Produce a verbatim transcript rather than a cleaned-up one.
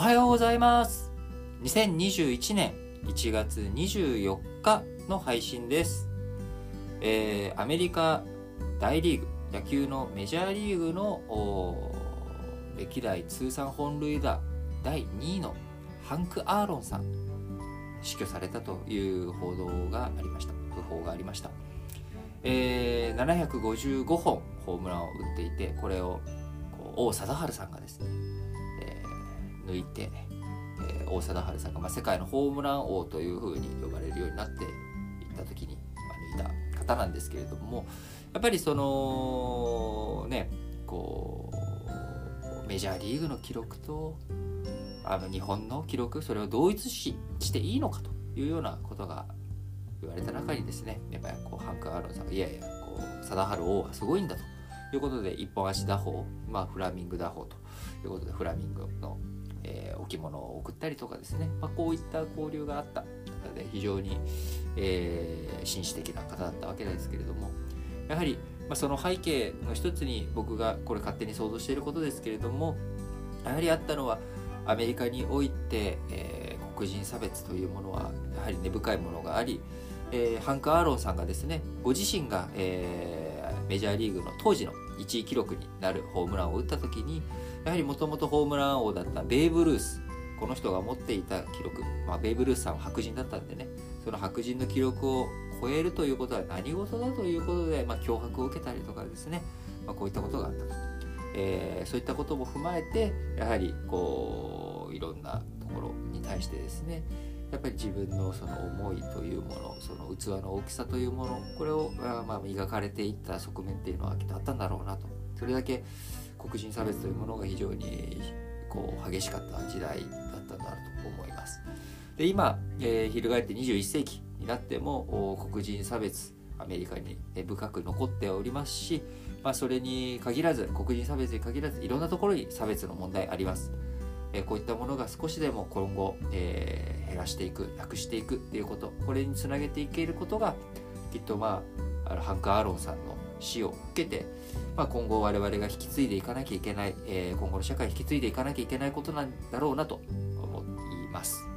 はようございます。にせんにじゅういちねんいちがつにじゅうよっかの配信です。えー、アメリカ大リーグ野球のメジャーリーグの歴代通算本塁打だいにいのハンク・アーロンさん死去されたという報道がありました。訃報がありました。えー、ななひゃくごじゅうごほんホームランを打っていて、これをこう王貞治さんがですね、えー、抜いて、えー、王貞治さんが、まあ、世界のホームラン王というふうに呼ばれるようになっていった時に、まあ、抜いた方なんですけれども、やっぱりそのねこうメジャーリーグの記録とあの日本の記録、それを同一視していいのかというようなことが言われた中にですね、やっぱりこうハンク・アーロンさんがいやいやこう貞治王はすごいんだということで、一本足打法、まあ、フラミング打法ということでフラミングの、えー、置物を送ったりとかですね、まあ、こういった交流があったので非常に、えー、紳士的な方だったわけですけれども、やはり、まあ、その背景の一つに僕がこれ勝手に想像していることですけれども、やはりあったのはアメリカにおいて、えー、黒人差別というものはやはり根深いものがあり、えー、ハンク・アーロンさんがですね、ご自身が、えー、メジャーリーグの当時のいちい記録になるホームランを打った時に、やはりもともとホームラン王だったベーブ・ルース、この人が持っていた記録、まあ、ベーブ・ルースさんは白人だったんでね、その白人の記録を超えるということは何事だということで、まあ、脅迫を受けたりとかですね、まあ、こういったことがあったと、えー、そういったことも踏まえて、やはりこういろんなところに対してですね、やっぱり自分のその思いというもの、その器の大きさというもの、これをまあ磨かれていった側面っていうのはきっとあったんだろうなと。それだけ黒人差別というものが非常にこう激しかった時代だったんだと思います。で今、えー、翻ってにじゅういっせいきになっても黒人差別アメリカに深く残っておりますし、まあ、それに限らず黒人差別に限らずいろんなところに差別の問題あります。えー、こういったものが少しでも今後、えー、減らしていく、なくしていくっていうこと、これにつなげていけることがきっと、まあ、あのハンク・アーロンさんの死を受けて、まあ、今後我々が引き継いでいかなきゃいけない、えー、今後の社会を引き継いでいかなきゃいけないことなんだろうなと思います。